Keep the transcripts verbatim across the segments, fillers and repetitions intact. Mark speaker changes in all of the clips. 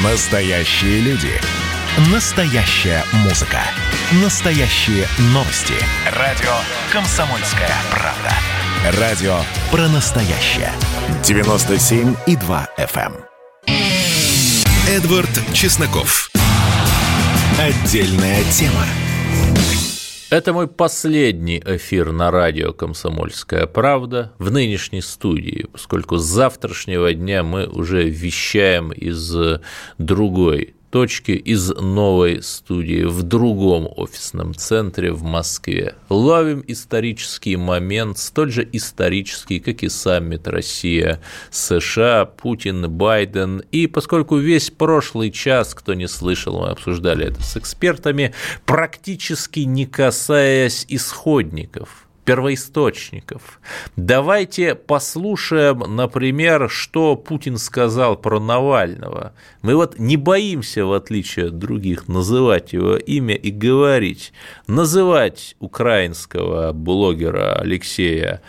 Speaker 1: Настоящие люди. Настоящая музыка. Настоящие новости. Радио «Комсомольская правда». Радио про настоящее. девяносто семь и два эф эм. Эдвард Чесноков. Отдельная тема.
Speaker 2: Это мой последний эфир на радио «Комсомольская правда» в нынешней студии, поскольку с завтрашнего дня мы уже вещаем из другой точки, из новой студии в другом офисном центре в Москве. Ловим исторический момент, столь же исторический, как и саммит Россия-США, Путин, Байден. И поскольку весь прошлый час, кто не слышал, мы обсуждали это с экспертами, практически не касаясь исходников, первоисточников. Давайте послушаем, например, что Путин сказал про Навального. Мы вот не боимся, в отличие от других, называть его имя и говорить. Называть украинского блогера Алексея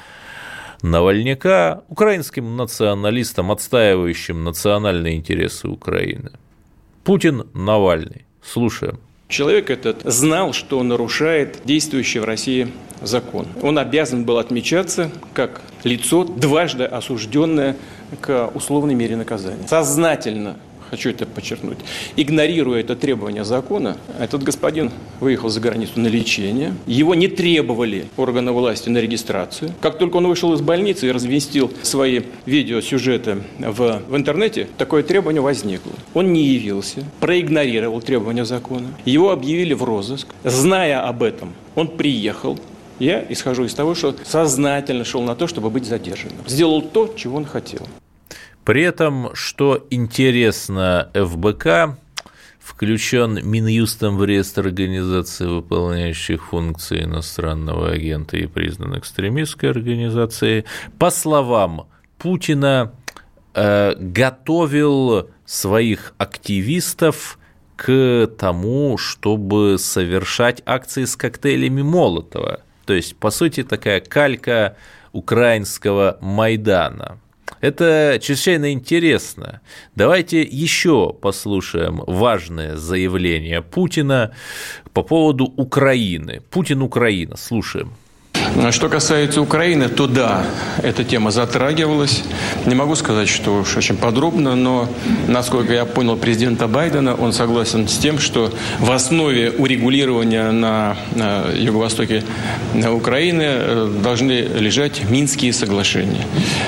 Speaker 2: Навальника украинским националистом, отстаивающим национальные интересы Украины. Путин, Навальный. Слушаем.
Speaker 3: Человек этот знал, что нарушает действующий в России закон. Он обязан был отмечаться как лицо, дважды осужденное к условной мере наказания. Сознательно, хочу это подчеркнуть, игнорируя это требование закона, этот господин выехал за границу на лечение. Его не требовали органы власти на регистрацию. Как только он вышел из больницы и разместил свои видеосюжеты в, в интернете, такое требование возникло. Он не явился, проигнорировал требования закона. Его объявили в розыск. Зная об этом, он приехал. Я исхожу из того, что сознательно шел на то, чтобы быть задержанным. Сделал то, чего он хотел.
Speaker 2: При этом, что интересно, эф бэ ка включен Минюстом в реестр организаций, выполняющих функции иностранного агента и признан экстремистской организацией. По словам Путина, э, готовил своих активистов к тому, чтобы совершать акции с коктейлями Молотова. То есть, по сути, такая калька украинского Майдана. Это чрезвычайно интересно. Давайте еще послушаем важное заявление Путина по поводу Украины. Путин, Украина. Слушаем.
Speaker 3: Что касается Украины, то да, эта тема затрагивалась. Не могу сказать, что уж очень подробно, но, насколько я понял президента Байдена, он согласен с тем, что в основе урегулирования на юго-востоке Украины должны лежать Минские соглашения.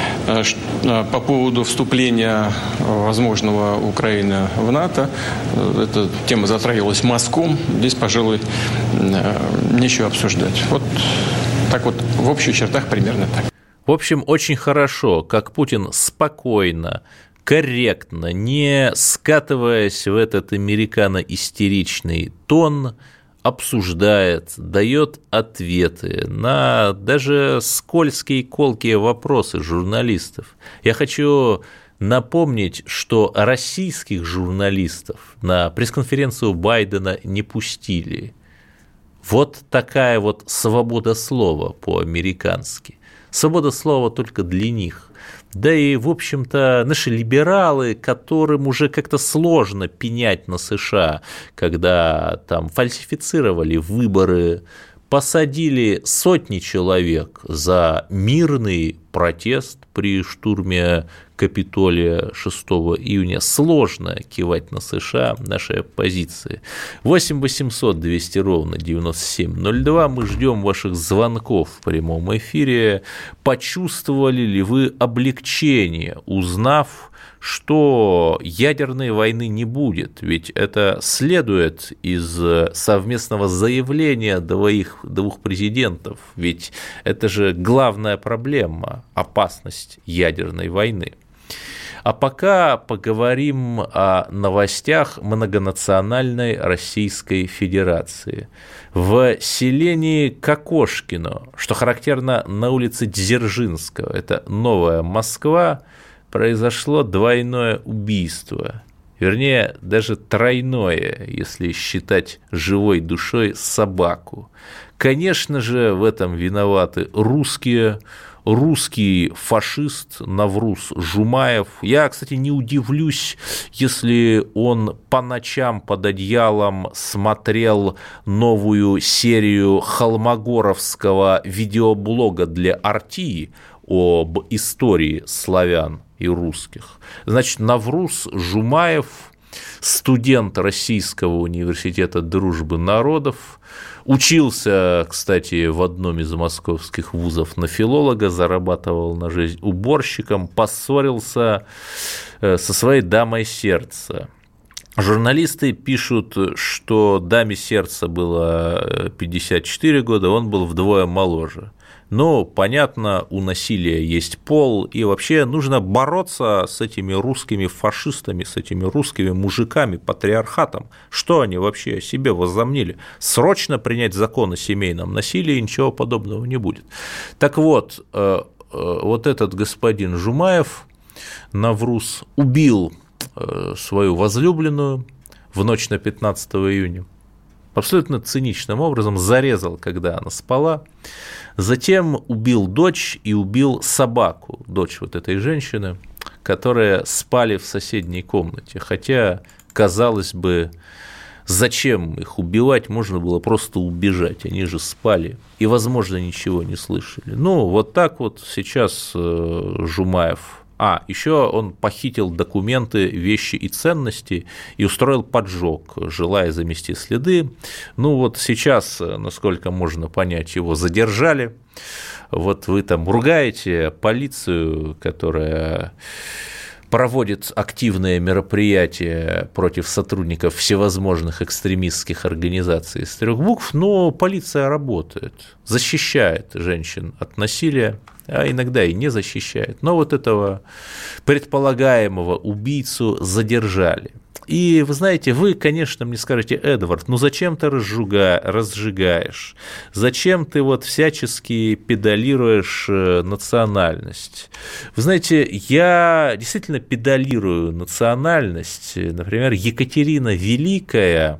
Speaker 3: По поводу вступления возможного Украины в НАТО, эта тема затрагивалась мазком. Здесь, пожалуй, нечего обсуждать. Вот так вот, в общих чертах примерно так.
Speaker 2: В общем, очень хорошо, как Путин спокойно, корректно, не скатываясь в этот американо-истеричный тон, обсуждает, дает ответы на даже скользкие, колкие вопросы журналистов. Я хочу напомнить, что российских журналистов на пресс-конференцию Байдена не пустили. Вот такая вот свобода слова по-американски. Свобода слова только для них. Да и, в общем-то, наши либералы, которым уже как-то сложно пенять на США, когда там фальсифицировали выборы, посадили сотни человек за мирный протест при штурме Капитолия шестого июня. Сложно кивать на США, нашей оппозиции. восемь восемьсот двести ровно девяносто семь ноль два. Мы ждем ваших звонков в прямом эфире. Почувствовали ли вы облегчение, узнав, что ядерной войны не будет? Ведь это следует из совместного заявления двоих, двух президентов. Ведь это же главная проблема – опасность ядерной войны. А пока поговорим о новостях многонациональной Российской Федерации. В селении Кокошкино, что характерно, на улице Дзержинского, это Новая Москва, произошло двойное убийство. Вернее, даже тройное, если считать живой душой собаку. Конечно же, в этом виноваты русские, русский фашист Навруз Жумаев. Я, кстати, не удивлюсь, если он по ночам под одеялом смотрел новую серию холмогоровского видеоблога для Артии об истории славян и русских. Значит, Навруз Жумаев, студент Российского университета дружбы народов, учился, кстати, в одном из московских вузов на филолога, зарабатывал на жизнь уборщиком, поссорился со своей дамой сердца. Журналисты пишут, что даме сердца было пятьдесят четыре года, он был вдвое моложе. Но, понятно, у насилия есть пол, и вообще нужно бороться с этими русскими фашистами, с этими русскими мужиками, патриархатом. Что они вообще о себе возомнили? Срочно принять закон о семейном насилии, ничего подобного не будет. Так вот, вот этот господин Жумаев, Навруз, убил свою возлюбленную в ночь на пятнадцатое июня. Абсолютно циничным образом зарезал, когда она спала, затем убил дочь и убил собаку, дочь вот этой женщины, которые спали в соседней комнате, хотя, казалось бы, зачем их убивать, можно было просто убежать, они же спали и, возможно, ничего не слышали. Ну, вот так вот сейчас Жумаев. А, еще он похитил документы, вещи и ценности и устроил поджог, желая замести следы. Ну вот сейчас, насколько можно понять, его задержали. Вот вы там ругаете полицию, которая проводит активные мероприятия против сотрудников всевозможных экстремистских организаций из трех букв, но полиция работает, защищает женщин от насилия, а иногда и не защищает. Но вот этого предполагаемого убийцу задержали. И вы знаете, вы, конечно, мне скажете: Эдвард, ну зачем ты разжига... разжигаешь? Зачем ты вот всячески педалируешь национальность? Вы знаете, я действительно педалирую национальность. Например, Екатерина Великая,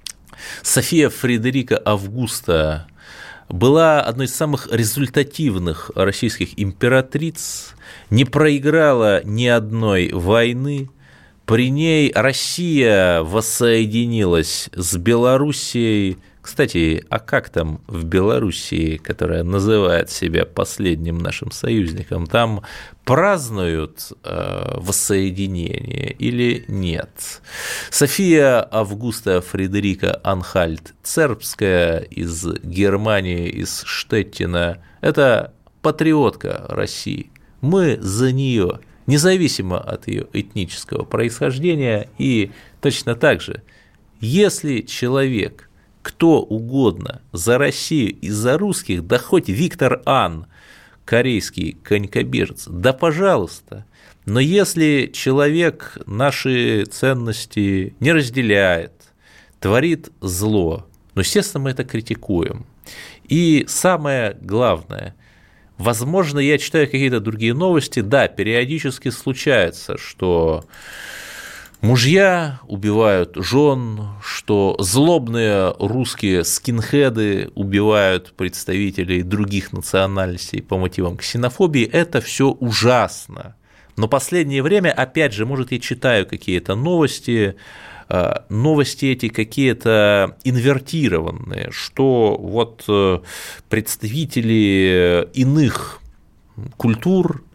Speaker 2: София Фредерика Августа была одной из самых результативных российских императриц, не проиграла ни одной войны. При ней Россия воссоединилась с Белоруссией. Кстати, а как там в Белоруссии, которая называет себя последним нашим союзником, там празднуют воссоединение или нет? София Августа Фредерика Анхальт-Цербская из Германии, из Штеттина – это патриотка России. Мы за нее, независимо от ее этнического происхождения, и точно так же, если человек, кто угодно, за Россию и за русских, да хоть Виктор Ан, корейский конькобежец, да пожалуйста, но если человек наши ценности не разделяет, творит зло, ну, естественно, мы это критикуем. И самое главное, возможно, я читаю какие-то другие новости, да, периодически случается, что мужья убивают жен, что злобные русские скинхеды убивают представителей других национальностей по мотивам ксенофобии. Это все ужасно. Но последнее время, опять же, может, я читаю какие-то новости, новости эти какие-то инвертированные, что вот представители иных культур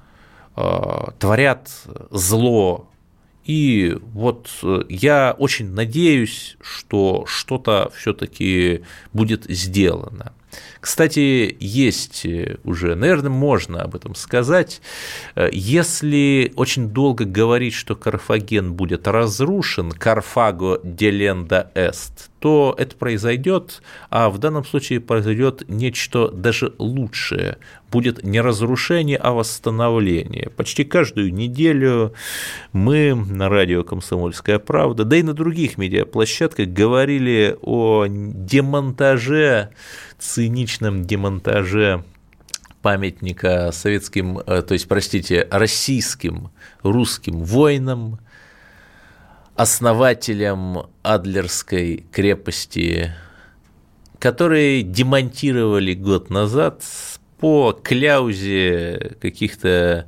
Speaker 2: творят зло. И вот я очень надеюсь, что что-то все-таки будет сделано. Кстати, есть уже, наверное, можно об этом сказать, если очень долго говорить, что Карфаген будет разрушен, Карфаго делenda est, то это произойдет, а в данном случае произойдет нечто даже лучшее. Будет не разрушение, а восстановление. Почти каждую неделю мы на радио «Комсомольская правда», да и на других медиаплощадках говорили о демонтаже, циничном демонтаже памятника советским, то есть, простите, российским, русским воинам, основателям Адлерской крепости, которые демонтировали год назад по кляузе каких-то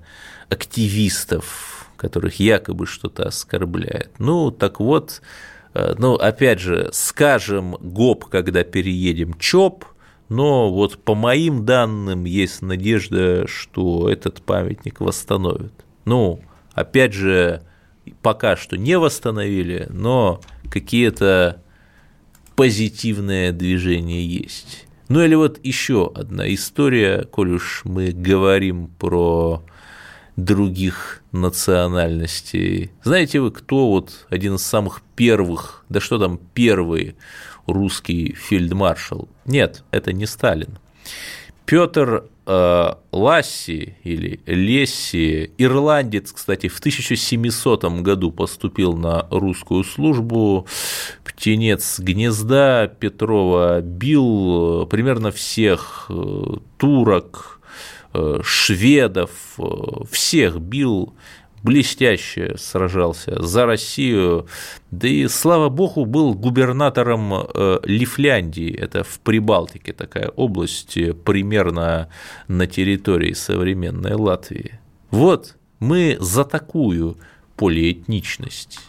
Speaker 2: активистов, которых якобы что-то оскорбляет. Ну, так вот, ну, опять же, скажем ГОП, когда переедем ЧОП, но вот по моим данным есть надежда, что этот памятник восстановят. Ну, опять же, пока что не восстановили, но какие-то позитивные движения есть. Ну или вот еще одна история, коль уж мы говорим про других национальностей. Знаете вы, кто вот один из самых первых, да что там первый русский фельдмаршал? Нет, это не Сталин. Петр э, Ласси или Лесси, ирландец, кстати, в тысяча семисотом году поступил на русскую службу, птенец гнезда Петрова, бил примерно всех э, турок, э, шведов, э, всех бил, блестяще сражался за Россию, да и, слава богу, был губернатором Лифляндии, это в Прибалтике такая область, примерно на территории современной Латвии. Вот мы за такую полиэтничность,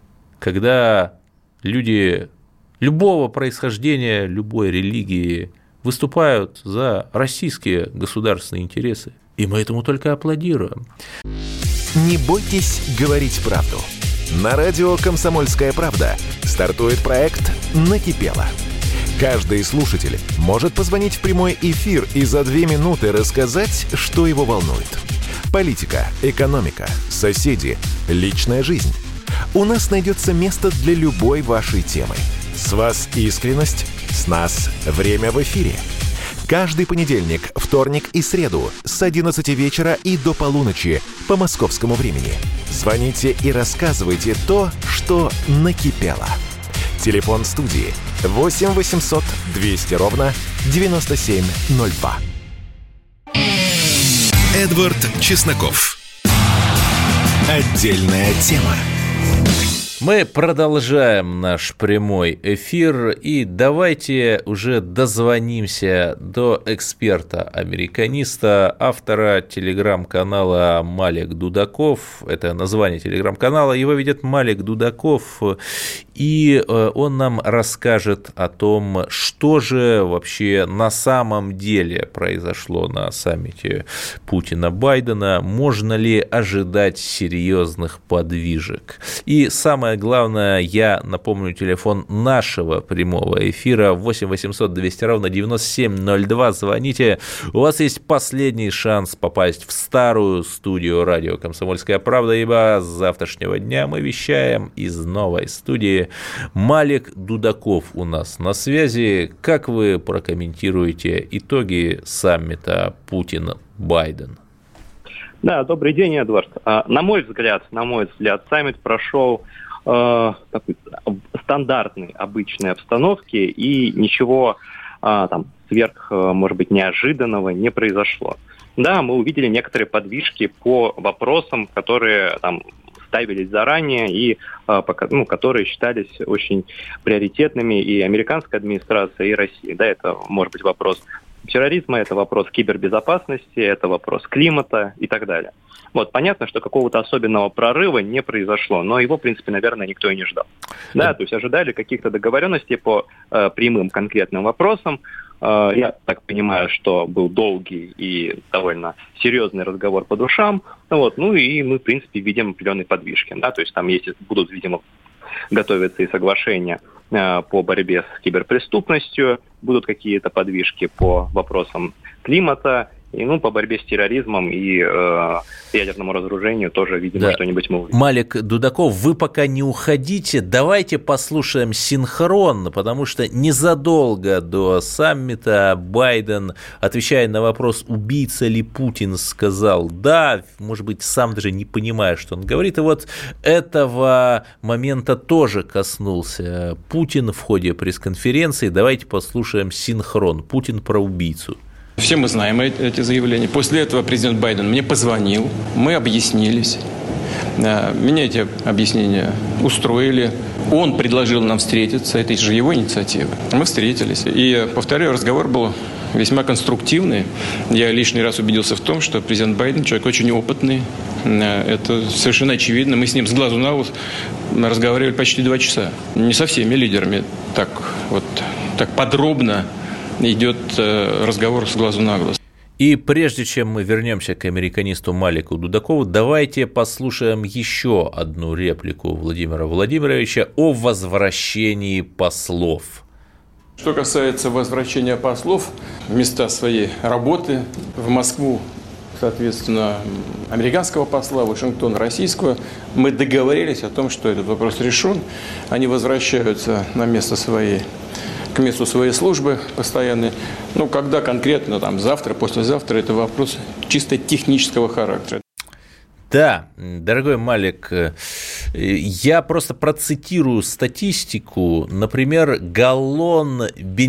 Speaker 2: когда люди любого происхождения, любой религии выступают за российские государственные интересы, и мы этому только аплодируем.
Speaker 1: Не бойтесь говорить правду. На радио «Комсомольская правда» стартует проект «Накипело». Каждый слушатель может позвонить в прямой эфир и за две минуты рассказать, что его волнует. Политика, экономика, соседи, личная жизнь. У нас найдется место для любой вашей темы. С вас искренность, с нас время в эфире. Каждый понедельник, вторник и среду с одиннадцати вечера и до полуночи по московскому времени. Звоните и рассказывайте то, что накипело. Телефон студии восемь восемьсот двести ровно девяносто семь ноль два. Эдвард Чесноков. Отдельная тема.
Speaker 2: Мы продолжаем наш прямой эфир, и давайте уже дозвонимся до эксперта-американиста, автора телеграм-канала Малик Дудаков. Это название телеграм-канала, его ведет Малик Дудаков, и он нам расскажет о том, что же вообще на самом деле произошло на саммите Путина-Байдена, можно ли ожидать серьезных подвижек. И самое главное, я напомню телефон нашего прямого эфира восемь восемьсот двести ровно девяносто семь ноль два. Звоните, у вас есть последний шанс попасть в старую студию радио «Комсомольская правда», ибо с завтрашнего дня мы вещаем из новой студии. Малик Дудаков у нас на связи. Как вы прокомментируете итоги саммита Путин-Байден?
Speaker 4: Да, добрый день, Эдвард. На мой взгляд, на мой взгляд, саммит прошел э, такой стандартной, обычной обстановке, и ничего э, там сверх, может быть, неожиданного не произошло. Да, мы увидели некоторые подвижки по вопросам, которые там ставились заранее и э, ну, которые считались очень приоритетными и американской администрацией, и России. Да, это может быть вопрос терроризма, это вопрос кибербезопасности, это вопрос климата и так далее. Вот, понятно, что какого-то особенного прорыва не произошло, но его, в принципе, наверное, никто и не ждал. Да, то есть ожидали каких-то договоренностей по э, прямым конкретным вопросам. Э, я так понимаю, что был долгий и довольно серьезный разговор по душам. Вот, ну и мы, в принципе, видим определенные подвижки. Да, то есть там есть, будут, видимо, готовиться и соглашения э, по борьбе с киберпреступностью, будут какие-то подвижки по вопросам климата, и ну, по борьбе с терроризмом и э, ядерному разоружению тоже, видимо, да. Что-нибудь мы увидим.
Speaker 2: Малик Дудаков, вы пока не уходите, давайте послушаем синхронно, потому что незадолго до саммита Байден, отвечая на вопрос, убийца ли Путин, сказал «да», может быть, сам даже не понимая, что он говорит, и вот этого момента тоже коснулся Путин в ходе пресс-конференции. Давайте послушаем синхрон. Путин про убийцу.
Speaker 3: Все мы знаем эти заявления. После этого президент Байден мне позвонил, мы объяснились. Меня эти объяснения устроили. Он предложил нам встретиться, это же его инициатива. Мы встретились. И, повторяю, разговор был весьма конструктивные. Я лишний раз убедился в том, что президент Байден человек очень опытный. Это совершенно очевидно. Мы с ним с глазу на глаз разговаривали почти два часа. Не со всеми лидерами так, вот, так подробно идет разговор с глазу на глаз.
Speaker 2: И прежде чем мы вернемся к американисту Малику Дудакову, давайте послушаем еще одну реплику Владимира Владимировича о возвращении послов.
Speaker 3: Что касается возвращения послов в места своей работы, в Москву, соответственно, американского посла, в Вашингтон российского, мы договорились о том, что этот вопрос решен. Они возвращаются на место своей, к месту своей службы постоянной. Ну, когда конкретно, там, завтра, послезавтра, это вопрос чисто технического характера.
Speaker 2: Да, дорогой Малик, я просто процитирую статистику. Например, галлон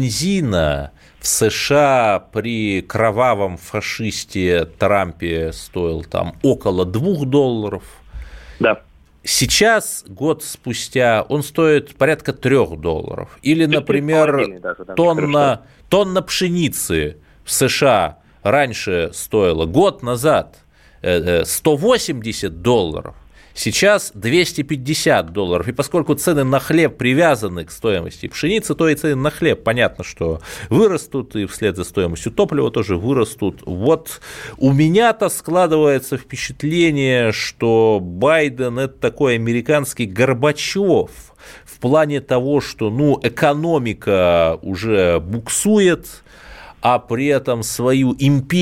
Speaker 2: бензина в США при кровавом фашисте Трампе стоил там около двух долларов.
Speaker 4: Да.
Speaker 2: Сейчас, год спустя, он стоит порядка трех долларов. Или, например, даже, да, тонна, тонна пшеницы в США раньше стоила год назад сто восемьдесят долларов, сейчас двести пятьдесят долларов. И поскольку цены на хлеб привязаны к стоимости пшеницы, то и цены на хлеб, понятно, что вырастут, и вслед за стоимостью топлива тоже вырастут. Вот у меня-то складывается впечатление, что Байден – это такой американский Горбачев в плане того, что, ну, экономика уже буксует, а при этом свою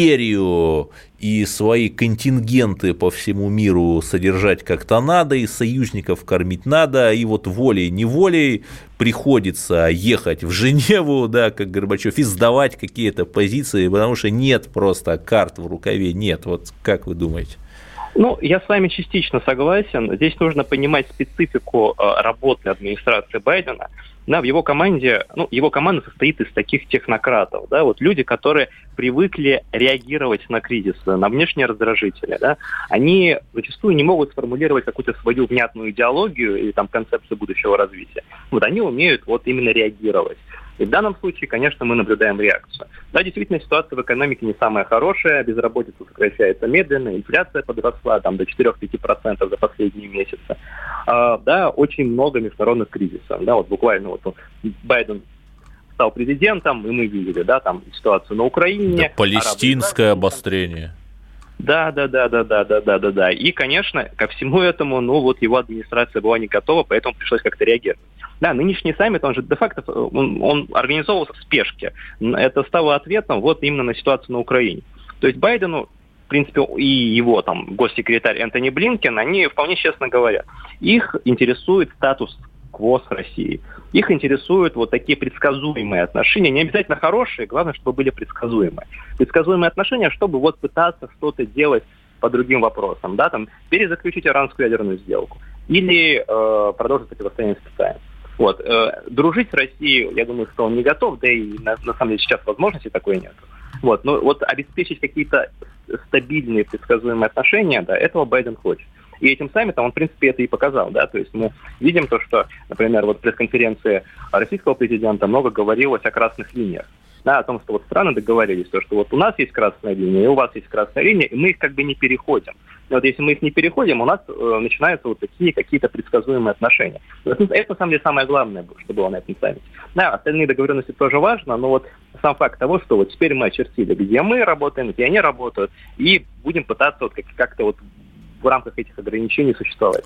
Speaker 2: империю и свои контингенты по всему миру содержать как-то надо, и союзников кормить надо, и вот волей-неволей приходится ехать в Женеву, да, как Горбачев, и сдавать какие-то позиции, потому что нет просто карт в рукаве, нет. Вот как вы думаете?
Speaker 4: Ну, я с вами частично согласен. Здесь нужно понимать специфику работы администрации Байдена. Да, в его команде, ну, его команда состоит из таких технократов, да, вот люди, которые привыкли реагировать на кризисы, на внешние раздражители, да, они зачастую не могут сформулировать какую-то свою внятную идеологию или там концепцию будущего развития. Вот они умеют вот именно реагировать. И в данном случае, конечно, мы наблюдаем реакцию. Да, действительно, ситуация в экономике не самая хорошая, безработица сокращается медленно, инфляция подросла там, до четыре-пять процентов за последние месяцы. А, да, очень много международных кризисов. Да, вот буквально вот Байден стал президентом, и мы видели, да, там ситуацию на Украине.
Speaker 2: Да, палестинское обострение.
Speaker 4: Да, да, да, да, да, да, да, да, да. И, конечно, ко всему этому, ну, вот его администрация была не готова, поэтому пришлось как-то реагировать. Да, нынешний саммит, он же де-факто, он, он организовывался в спешке. Это стало ответом вот именно на ситуацию на Украине. То есть Байдену, в принципе, и его там госсекретарь Энтони Блинкен, они вполне честно говорят, их интересует статус кво с Россией. Их интересуют вот такие предсказуемые отношения, не обязательно хорошие, главное, чтобы были предсказуемые. Предсказуемые отношения, чтобы вот пытаться что-то делать по другим вопросам, да, там, перезаключить иранскую ядерную сделку или э, продолжить противостояние с Китаем. Вот. Э, дружить с Россией, я думаю, что он не готов, да и на, на самом деле сейчас возможности такой нет. Вот. Но вот обеспечить какие-то стабильные, предсказуемые отношения, да, этого Байден хочет. И этим саммитом он, в принципе, это и показал, да, то есть мы видим то, что, например, вот в пресс-конференции российского президента много говорилось о красных линиях, да, о том, что вот страны договорились, то, что вот у нас есть красная линия, и у вас есть красная линия, и мы их как бы не переходим. И вот если мы их не переходим, у нас э, начинаются вот такие какие-то предсказуемые отношения. Это, это, на самом деле, самое главное, что было на этом саммите. Да, остальные договоренности тоже важно, но вот сам факт того, что вот теперь мы очертили, где мы работаем, где они работают, и будем пытаться вот как-то вот в рамках этих ограничений существовать.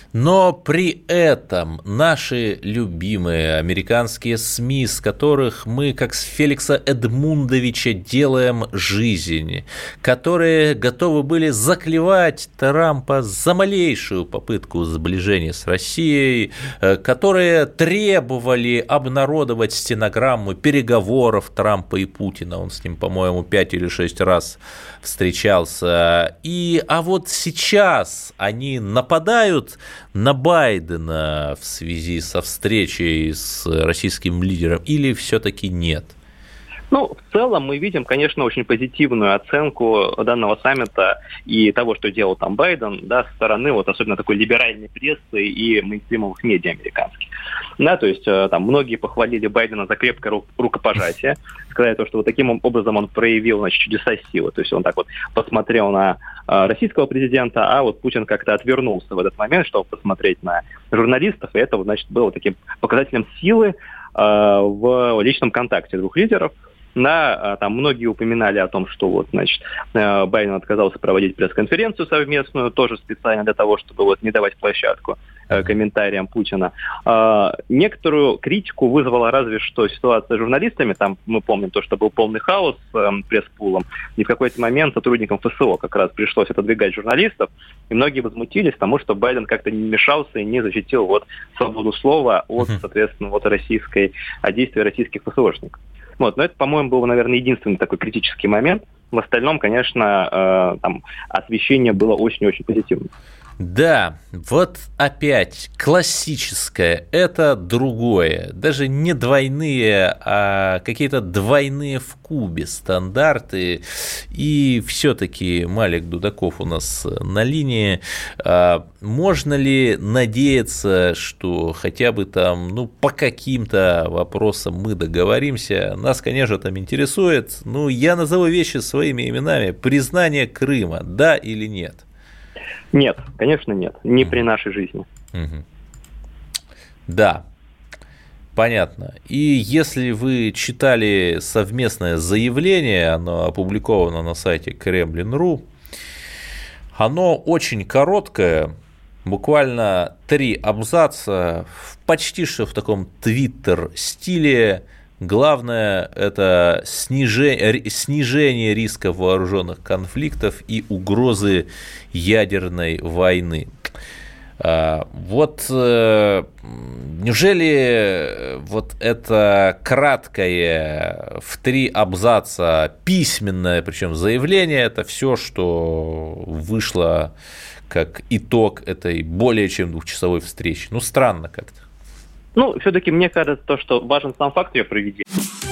Speaker 2: Но при этом наши любимые американские СМИ, с которых мы, как с Феликса Эдмундовича, делаем жизнь, которые готовы были заклевать Трампа за малейшую попытку сближения с Россией, которые требовали обнародовать стенограммы переговоров Трампа и Путина, он с ним, по-моему, пять или шесть раз встречался, и, а вот сейчас они нападают на Байдена в связи со встречей с российским лидером или все-таки нет?
Speaker 4: Ну, в целом мы видим, конечно, очень позитивную оценку данного саммита и того, что делал там Байден, да, со стороны вот особенно такой либеральной прессы и мейнстримовых медиа американских. Да, то есть там многие похвалили Байдена за крепкое ру- рукопожатие, сказали то, что вот таким образом он проявил, значит, чудеса силы. То есть он так вот посмотрел на э, российского президента, а вот Путин как-то отвернулся в этот момент, чтобы посмотреть на журналистов, и это, значит, было таким показателем силы э, в личном контакте двух лидеров. Да, там многие упоминали о том, что вот, значит, Байден отказался проводить пресс-конференцию совместную, тоже специально для того, чтобы вот не давать площадку комментариям Путина. Некоторую критику вызвала разве что ситуация с журналистами. Там мы помним то, что был полный хаос с пресс-пулом. И в какой-то момент сотрудникам ФСО как раз пришлось отодвигать журналистов. И многие возмутились тому, что Байден как-то не вмешался и не защитил вот свободу слова от, соответственно, вот российской, от действий российских ФСОшников. Вот, но это, по-моему, был, наверное, единственный такой критический момент. В остальном, конечно, э, там освещение было очень-очень позитивным.
Speaker 2: Да, вот опять классическое, это другое, даже не двойные, а какие-то двойные в кубе стандарты, и все-таки Малик Дудаков у нас на линии. Можно ли надеяться, что хотя бы там, ну, по каким-то вопросам мы договоримся? Нас, конечно, там интересует, ну, я назову вещи своими именами, признание Крыма, да или нет?
Speaker 4: Нет, конечно, нет. Не при нашей жизни.
Speaker 2: Угу. Да, понятно. И если вы читали совместное заявление, оно опубликовано на сайте Кремлин точка ру, оно очень короткое, буквально три абзаца, почти что в таком твиттер-стиле. Главное – это снижение, снижение риска вооруженных конфликтов и угрозы ядерной войны. Вот неужели вот это краткое в три абзаца письменное, причем заявление, это все, что вышло как итог этой более чем двухчасовой встречи? Ну, странно как-то.
Speaker 4: Ну, все-таки мне кажется, то, что важен сам факт ее проведения.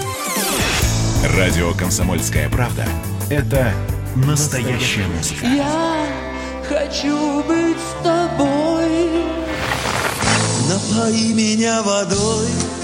Speaker 1: Радио «Комсомольская правда» – это настоящая музыка.
Speaker 5: Я хочу быть с тобой. Напои меня водой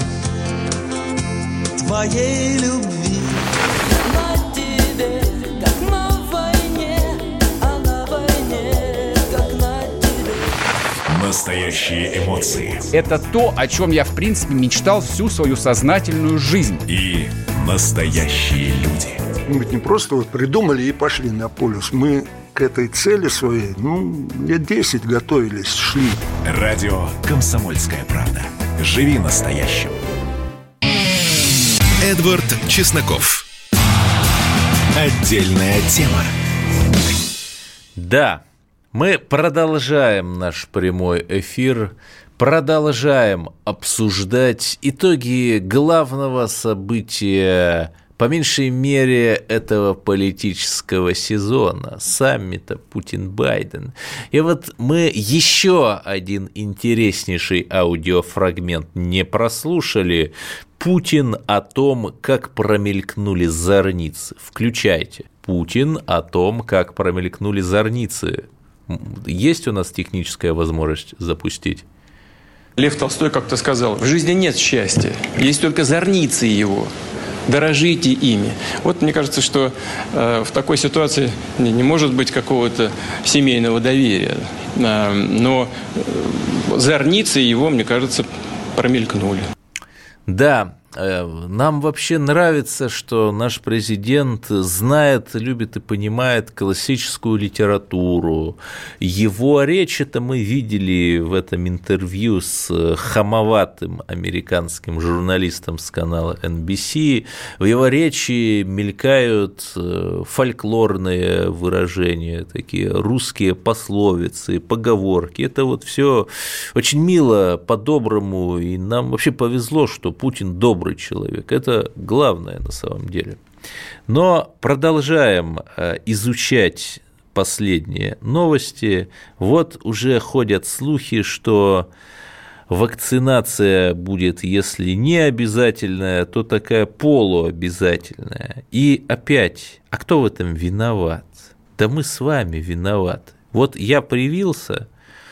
Speaker 5: твоей любви. На тебе, как на войне, а на войне, как на тебе.
Speaker 1: Настоящие эмоции.
Speaker 6: Это то, о чем я, в принципе, мечтал всю свою сознательную жизнь.
Speaker 1: И настоящие люди.
Speaker 7: Мы ведь не просто вот придумали и пошли на полюс. Мы к этой цели своей, ну, лет десять готовились, шли.
Speaker 1: Радио «Комсомольская правда». Живи настоящим. Эдвард Чесноков. Отдельная тема.
Speaker 2: Да, мы продолжаем наш прямой эфир, продолжаем обсуждать итоги главного события, по меньшей мере, этого политического сезона, саммита Путин-Байден. И вот мы еще один интереснейший аудиофрагмент не прослушали. Путин о том, как промелькнули зорницы. Включайте. Путин о том, как промелькнули зорницы. Есть у нас техническая возможность запустить?
Speaker 3: Лев Толстой как-то сказал: в жизни нет счастья, есть только зорницы его. Дорожите ими. Вот мне кажется, что э, в такой ситуации не, не может быть какого-то семейного доверия. Э, но э, зорницы его, мне кажется, промелькнули.
Speaker 2: Да, нам вообще нравится, что наш президент знает, любит и понимает классическую литературу. Его речь, это мы видели в этом интервью с хамоватым американским журналистом с канала эн би си. В его речи мелькают фольклорные выражения, такие русские пословицы, поговорки. Это вот все очень мило, по-доброму, и нам вообще повезло, что Путин добрый человек. Это главное на самом деле. Но продолжаем изучать последние новости. Вот уже ходят слухи, что вакцинация будет, если не обязательная, то такая полуобязательная. И опять, а кто в этом виноват? Да мы с вами виноваты. Вот я привился,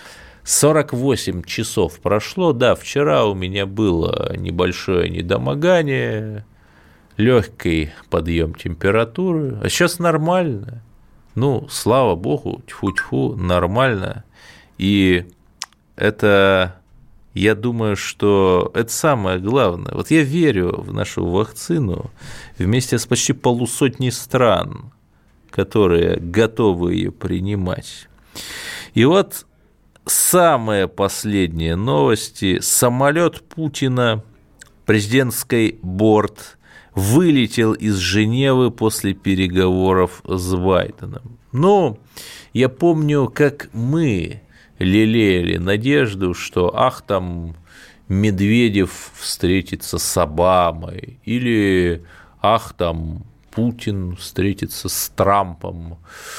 Speaker 2: сорок восемь часов прошло, да, вчера у меня было небольшое недомогание, легкий подъем температуры, а сейчас нормально. Ну, слава богу, тьфу-тьфу, нормально. И это, я думаю, что это самое главное. Вот я верю в нашу вакцину вместе с почти полусотней стран, которые готовы ее принимать. И вот самые последние новости. Самолет Путина, президентский борт, вылетел из Женевы после переговоров с Байденом. Ну, я помню, как мы лелеяли надежду, что ах, там Медведев встретится с Обамой, или ах, там Путин встретится с Трампом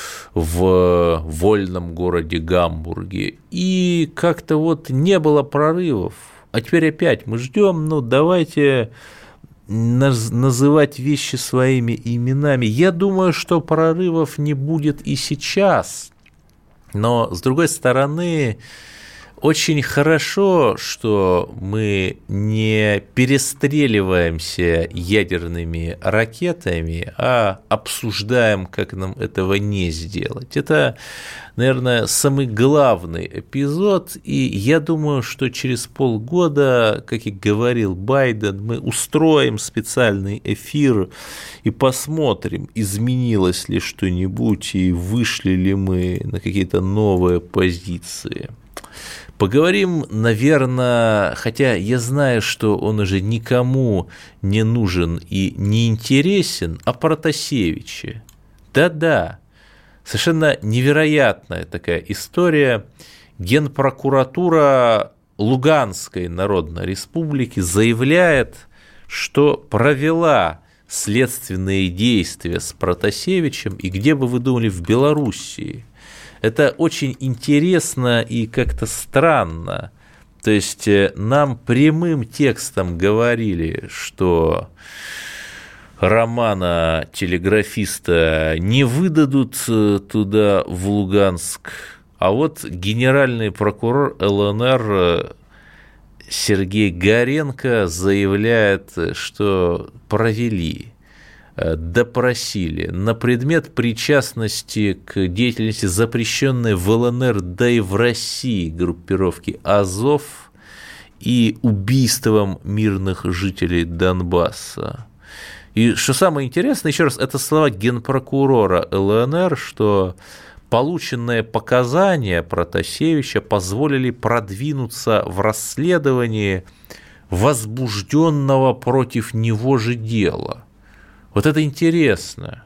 Speaker 2: в вольном городе Гамбурге. И как-то вот не было прорывов. А теперь опять мы ждем, ну давайте называть вещи своими именами. Я думаю, что прорывов не будет и сейчас. Но, с другой стороны, очень хорошо, что мы не перестреливаемся ядерными ракетами, а обсуждаем, как нам этого не сделать. Это, наверное, самый главный эпизод, и я думаю, что через полгода, как и говорил Байден, мы устроим специальный эфир и посмотрим, изменилось ли что-нибудь и вышли ли мы на какие-то новые позиции. Поговорим, наверное, хотя я знаю, что он уже никому не нужен и не интересен, о Протасевиче. Да-да, совершенно невероятная такая история. Генпрокуратура Луганской Народной Республики заявляет, что провела следственные действия с Протасевичем, и где бы вы думали, в Белоруссии. Это очень интересно и как-то странно. То есть нам прямым текстом говорили, что Романа телеграфиста не выдадут туда, в Луганск, а вот генеральный прокурор ЛНР Сергей Горенко заявляет, что провели, допросили на предмет причастности к деятельности, запрещенной в ЛНР, да и в России, группировки Азов и убийством мирных жителей Донбасса. И что самое интересное, еще раз, это слова генпрокурора ЛНР, что полученные показания Протасевича позволили продвинуться в расследовании возбужденного против него же дела. Вот это интересно.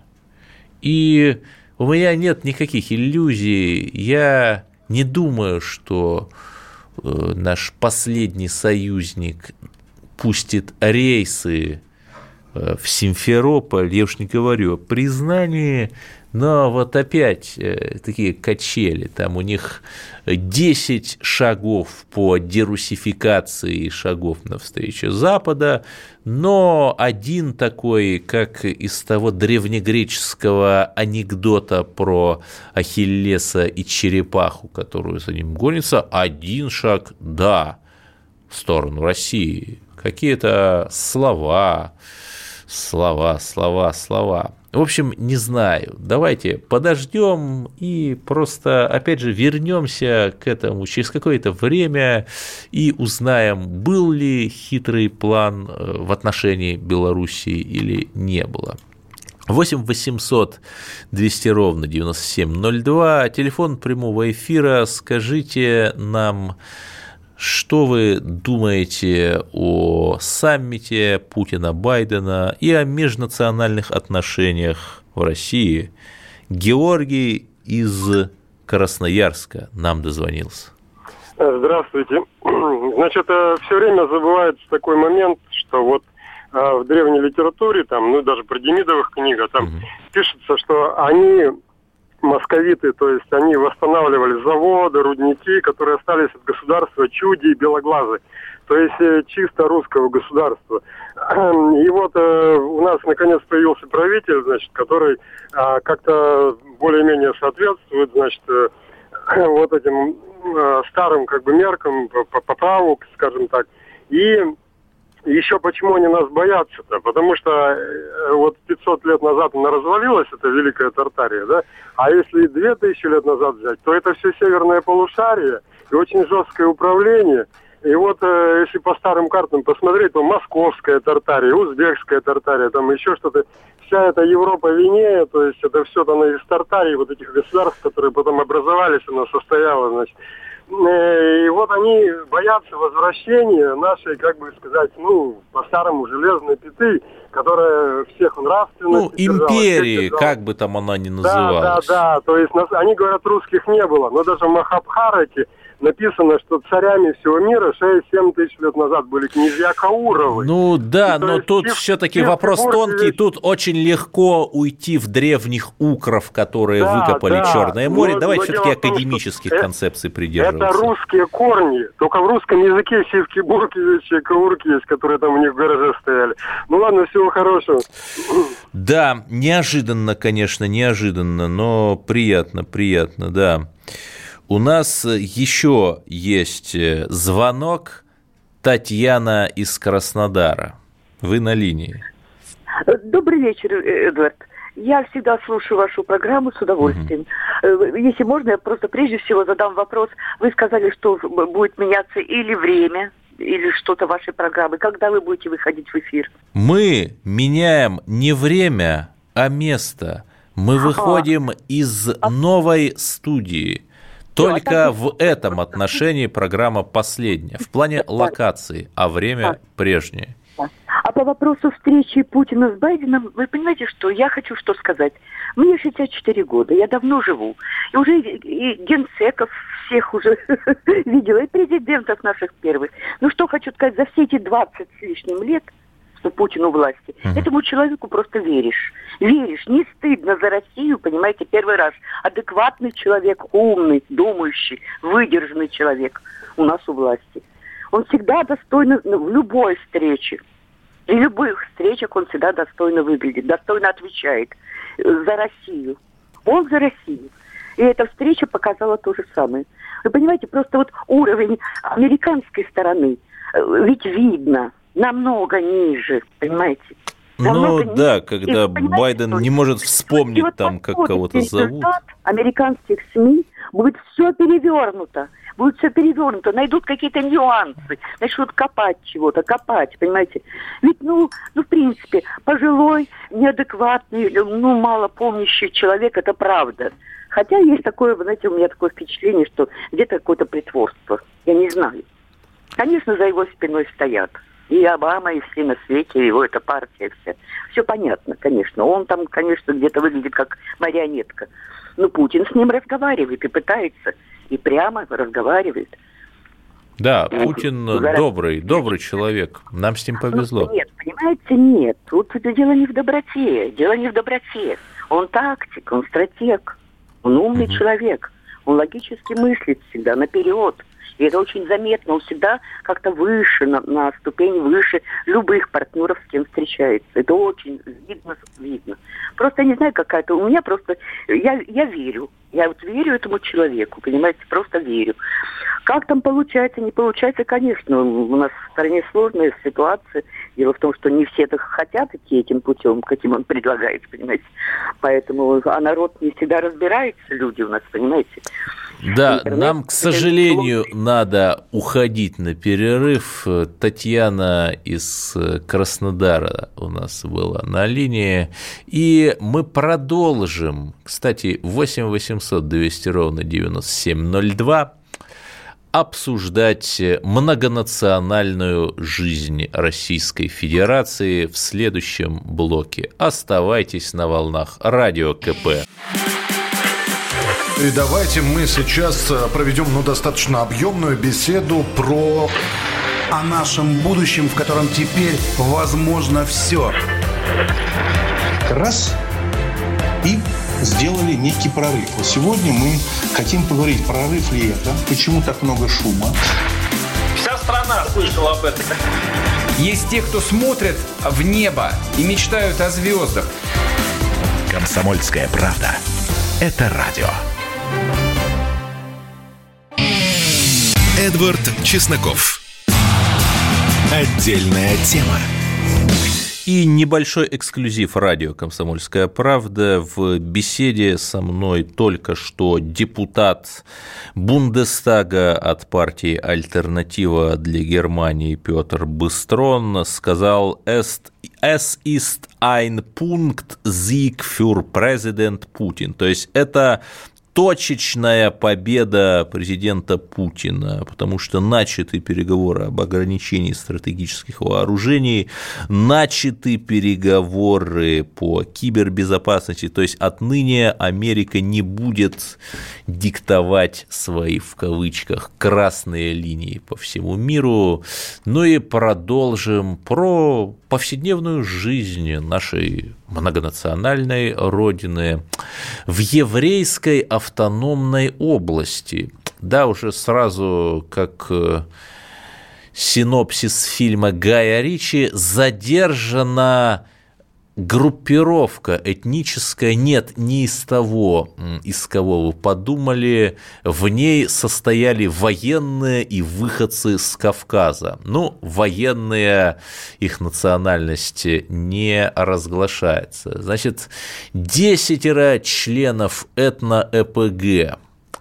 Speaker 2: И у меня нет никаких иллюзий. Я не думаю, что наш последний союзник пустит рейсы в Симферополь. Я уж не говорю о признании, но вот опять такие качели. Там у них десять шагов по дерусификации, шагов навстречу Запада, но один такой, как из того древнегреческого анекдота про Ахиллеса и черепаху, которую за ним гонится, один шаг, да, в сторону России. Какие-то слова, слова, слова, слова. В общем, не знаю. Давайте подождем и просто, опять же, вернемся к этому через какое-то время и узнаем, был ли хитрый план в отношении Белоруссии или не было. восемь восемьсот двести ровно девяносто семь ноль два, телефон прямого эфира. Скажите нам, что вы думаете о саммите Путина-Байдена и о межнациональных отношениях в России? Георгий из Красноярска нам дозвонился.
Speaker 8: Здравствуйте. Значит, все время забывается такой момент, что вот в древней литературе, там, ну даже про Демидовых книгах, там угу. пишется, что они... московиты, то есть они восстанавливали заводы, рудники, которые остались от государства Чуди и Белоглазы, то есть чисто русского государства. И вот э, у нас наконец появился правитель, значит, который э, как-то более-менее соответствует, значит, э, вот этим э, старым как бы меркам, по, по, по праву, скажем так. И еще почему они нас боятся-то? Потому что э, вот пятьсот лет назад она развалилась, это Великая Тартария, да? А если две тысячи лет назад взять, то это все северное полушарие и очень жесткое управление. И вот э, если по старым картам посмотреть, то Московская Тартария, Узбекская Тартария, там еще что-то. Вся эта Европа Винея, то есть это все там из Тартарии, вот этих государств, которые потом образовались, оно состояло, значит. И вот они боятся возвращения нашей, как бы сказать, ну, по-старому железной пяты, которая всех нравственность...
Speaker 2: Ну, империи, как бы там она ни называлась.
Speaker 8: Да, да, да, то есть нас, они говорят, русских не было, но даже в Махабхарате написано, что царями всего мира шесть-семь тысяч лет назад были князья Кауровы.
Speaker 2: Ну да,
Speaker 8: и,
Speaker 2: но
Speaker 8: есть,
Speaker 2: тут
Speaker 8: их,
Speaker 2: все-таки
Speaker 8: их
Speaker 2: вопрос тонкий.
Speaker 8: вещи...
Speaker 2: Тут очень легко уйти в древних укров, которые да, выкопали да. Черное море.
Speaker 8: Но,
Speaker 2: Давайте
Speaker 8: но
Speaker 2: все-таки
Speaker 8: том,
Speaker 2: академических
Speaker 8: это,
Speaker 2: концепций придерживаться.
Speaker 8: Это русские корни. Только в русском языке сивки-бурки есть, каурки есть, которые там у них в гараже стояли. Ну ладно, всего хорошего.
Speaker 2: Да, неожиданно, конечно, неожиданно, но приятно, приятно, да. У нас еще есть звонок. Татьяна из Краснодара. Вы на линии.
Speaker 9: Добрый вечер, Эдвард. Я всегда слушаю вашу программу с удовольствием. Угу. Если можно, я просто прежде всего задам вопрос. Вы сказали, что будет меняться или время, или что-то вашей программы. Когда вы будете выходить в эфир?
Speaker 2: Мы меняем не время, а место. Мы выходим а. из новой студии. Только в этом отношении программа последняя, в плане локации, а время прежнее.
Speaker 9: А по вопросу встречи Путина с Байденом, вы понимаете, что я хочу что сказать. Мне шестьдесят четыре года, я давно живу. И уже и генсеков всех уже видела, и президентов наших первых. Ну что хочу сказать, за все эти двадцать с лишним лет, что Путин у власти, uh-huh. этому человеку просто веришь. Веришь, не стыдно за Россию, понимаете, первый раз. Адекватный человек, умный, думающий, выдержанный человек у нас у власти. Он всегда достойно, в любой встрече, при любых встречах он всегда достойно выглядит, достойно отвечает за Россию. Он за Россию. И эта встреча показала то же самое. Вы понимаете, просто вот уровень американской стороны, ведь видно, намного ниже, понимаете?
Speaker 2: Намного ну да, ниже. Когда и, Байден что? не может вспомнить вот там, как кого-то зовут.
Speaker 9: Американских СМИ будет все перевернуто. Будет все перевернуто, найдут какие-то нюансы, начнут копать чего-то, копать, понимаете? Ведь, ну, ну, в принципе, пожилой, неадекватный, ну, мало помнящий человек, это правда. Хотя есть такое, знаете, у меня такое впечатление, что где-то какое-то притворство. Я не знаю. Конечно, за его спиной стоят. И Обама, и все на свете, его эта партия вся. Все понятно, конечно. Он там, конечно, где-то выглядит как марионетка. Но Путин с ним разговаривает и пытается, и прямо разговаривает.
Speaker 2: Да, Путин добрый, добрый человек. Нам с ним повезло.
Speaker 9: Ну, нет, понимаете, нет. Тут дело не в доброте. Дело не в доброте. Он тактик, он стратег. Он умный угу. человек. Он логически мыслит всегда наперед. И это очень заметно. Он всегда как-то выше, на, на ступень выше любых партнеров, с кем встречается. Это очень видно, видно. Просто я не знаю, какая-то... У меня просто... Я, я верю. Я вот верю этому человеку, понимаете, просто верю. Как там получается, не получается, конечно. У нас в стране сложная ситуация. Дело в том, что не все так хотят идти этим путем, каким он предлагает, понимаете. Поэтому... А народ не всегда разбирается, люди у нас, понимаете.
Speaker 2: Да, интернет, нам, к сожалению, надо уходить на перерыв. Татьяна из Краснодара у нас была на линии. И мы продолжим. Кстати, восемь восемьсот двести ровно девяносто семь ноль два обсуждать многонациональную жизнь Российской Федерации в следующем блоке. Оставайтесь на волнах Радио КП.
Speaker 10: И давайте мы сейчас проведем ну, достаточно объемную беседу про...
Speaker 11: О нашем будущем, в котором теперь возможно все.
Speaker 12: Раз и сделали некий прорыв. Вот сегодня мы хотим поговорить, прорыв ли это, почему так много шума.
Speaker 13: Вся страна слышала об этом.
Speaker 6: Есть те, кто смотрят в небо и мечтают о звездах.
Speaker 1: «Комсомольская правда» — это радио. Эдвард Чесноков. Отдельная тема.
Speaker 2: И небольшой эксклюзив радио «Комсомольская правда». В беседе со мной только что депутат Бундестага от партии «Альтернатива для Германии» Петр Быстрон сказал: «Es ist ein Punkt Sieg für Präsident Putin». То есть это точечная победа президента Путина, потому что начаты переговоры об ограничении стратегических вооружений, начаты переговоры по кибербезопасности, то есть отныне Америка не будет диктовать свои, в кавычках, красные линии по всему миру. Ну и продолжим про повседневную жизнь нашей многонациональной родины в еврейской автономной области. Да, уже сразу как синопсис фильма Гая Ричи: задержана группировка этническая, нет, не из того, из кого вы подумали, в ней состояли военные и выходцы с Кавказа. Ну, военные, их национальность не разглашается. Значит, десятеро членов этно-ЭПГ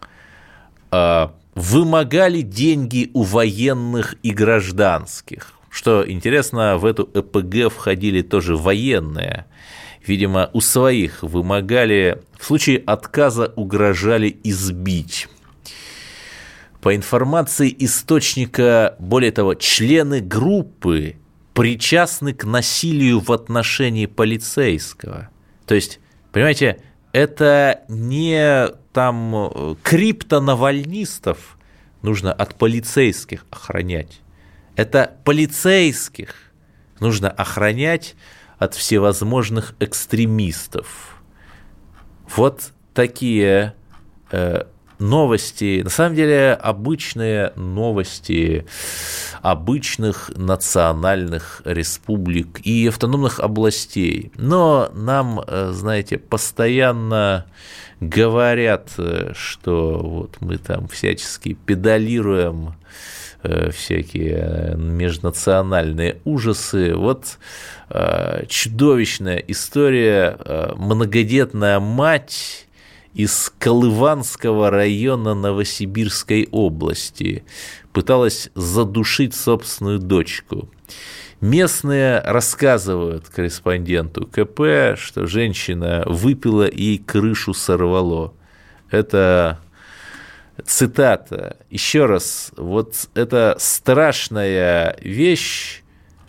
Speaker 2: вымогали деньги у военных и гражданских. Что интересно, в эту ЭПГ входили тоже военные. Видимо, у своих вымогали, в случае отказа угрожали избить. По информации источника, более того, члены группы причастны к насилию в отношении полицейского. То есть, понимаете, это не там криптонавальнистов нужно от полицейских охранять. Это полицейских нужно охранять от всевозможных экстремистов. Вот такие э, новости, на самом деле обычные новости обычных национальных республик и автономных областей. Но нам, знаете, постоянно говорят, что вот мы там всячески педалируем всякие межнациональные ужасы. Вот чудовищная история. Многодетная мать из Колыванского района Новосибирской области пыталась задушить собственную дочку. Местные рассказывают корреспонденту КП, что женщина выпила и крышу сорвало. Это цитата. Еще раз, вот эта страшная вещь,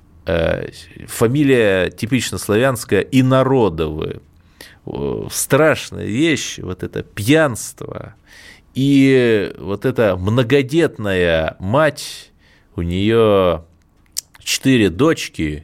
Speaker 2: фамилия типично славянская, Инородовы. Страшная вещь, вот это пьянство. И вот эта многодетная мать, у нее четыре дочки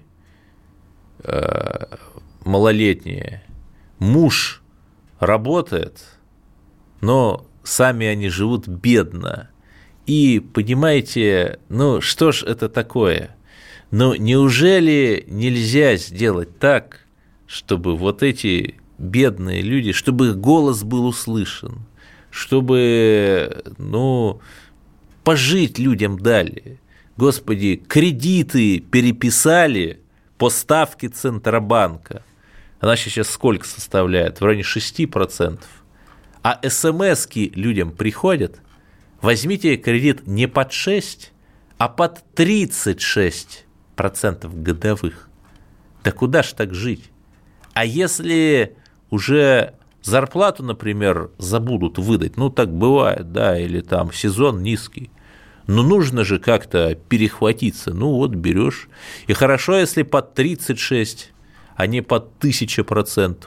Speaker 2: малолетние, муж работает, но сами они живут бедно. И, понимаете, ну что ж это такое? Ну неужели нельзя сделать так, чтобы вот эти бедные люди, чтобы их голос был услышан, чтобы, ну, пожить людям дали? Господи, кредиты переписали по ставке Центробанка. Она сейчас сколько составляет? В районе шесть процентов. А эс-эм-эски людям приходят: возьмите кредит не под шесть, а под тридцать шесть процентов годовых. Да куда ж так жить? А если уже зарплату, например, забудут выдать, ну так бывает, да, или там сезон низкий, но нужно же как-то перехватиться, ну вот берешь. И хорошо, если под тридцать шесть, а не под тысячу процентов.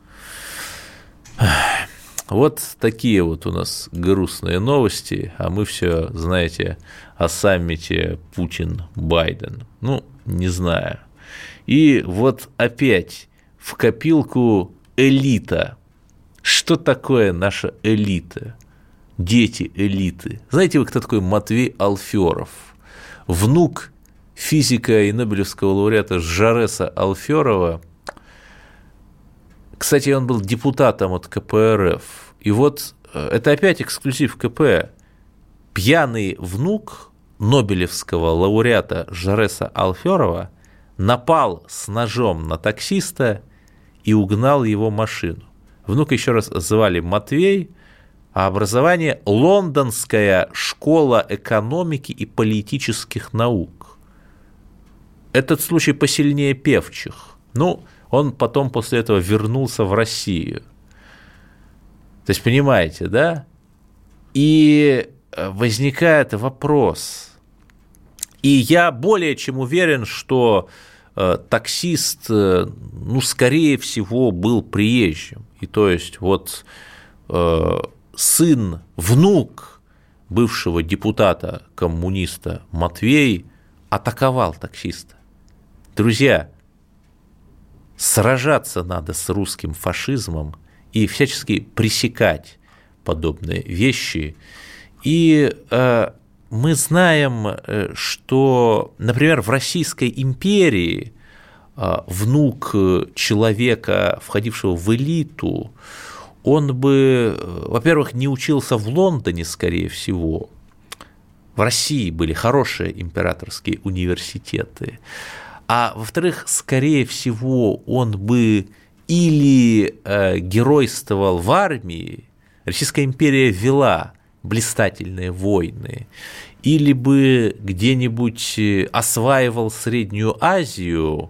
Speaker 2: Вот такие вот у нас грустные новости, а мы все, знаете, о саммите Путин-Байден. Ну, не знаю. И вот опять в копилку элита. Что такое наша элита? Дети элиты. Знаете вы, кто такой Матвей Алферов? Внук физика и нобелевского лауреата Жареса Алферова. Кстати, он был депутатом от ка пэ эр эф. И вот это опять эксклюзив ка пэ. пьяный внук нобелевского лауреата Жареса Алферова напал с ножом на таксиста и угнал его машину. Внука еще раз звали Матвей, а образование – Лондонская школа экономики и политических наук. Этот случай посильнее певчих. Ну, он потом после этого вернулся в Россию. То есть, понимаете, да? И возникает вопрос. И я более чем уверен, что э, таксист, э, ну, скорее всего, был приезжим. И то есть, вот э, сын, внук бывшего депутата-коммуниста Матвей атаковал таксиста. Друзья, сражаться надо с русским фашизмом и всячески пресекать подобные вещи. И э, мы знаем, что, например, в Российской империи э, внук человека, входившего в элиту, он бы, во-первых, не учился в Лондоне, скорее всего. В России были хорошие императорские университеты. А во-вторых, скорее всего, он бы или э, геройствовал в армии, Российская империя вела блистательные войны, или бы где-нибудь осваивал Среднюю Азию,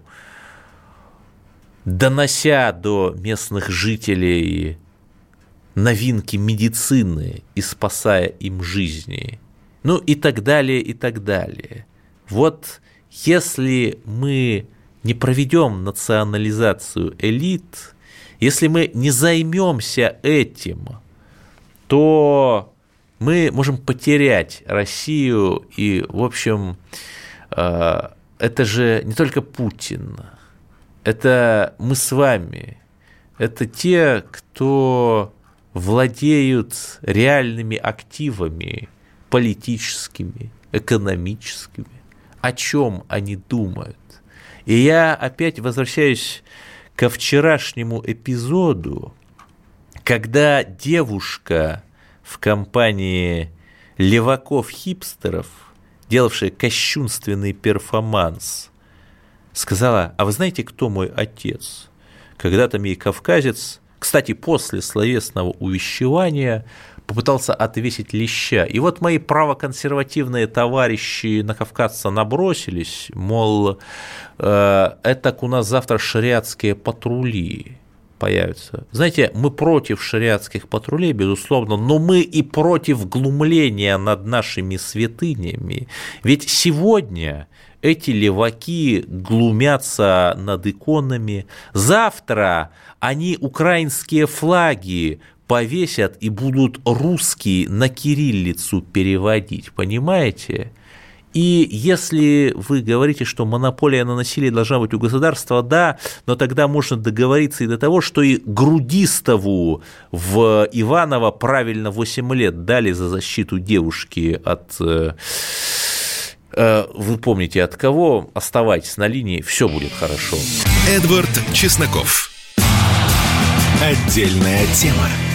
Speaker 2: донося до местных жителей новинки медицины и спасая им жизни, ну и так далее, и так далее. Вот если мы не проведем национализацию элит, если мы не займемся этим, то мы можем потерять Россию, и, в общем, это же не только Путин, это мы с вами, это те, кто владеют реальными активами политическими, экономическими, о чем они думают. И я опять возвращаюсь ко вчерашнему эпизоду, когда девушка в компании леваков-хипстеров, делавшая кощунственный перформанс, сказала: а вы знаете, кто мой отец? Когда там ей кавказец, кстати, после словесного увещевания, попытался отвесить леща. И вот мои правоконсервативные товарищи на кавказца набросились, мол, э, это у нас завтра шариатские патрули появятся. Знаете, мы против шариатских патрулей, безусловно, но мы и против глумления над нашими святынями. Ведь сегодня эти леваки глумятся над иконами, завтра они украинские флаги повесят и будут русские на кириллицу переводить, понимаете? И если вы говорите, что монополия на насилие должна быть у государства, да, но тогда можно договориться и до того, что и Грудистову в Иваново правильно восемь лет дали за защиту девушки от, вы помните от кого, оставайтесь на линии, все будет хорошо.
Speaker 1: Эдвард Чесноков. Отдельная тема.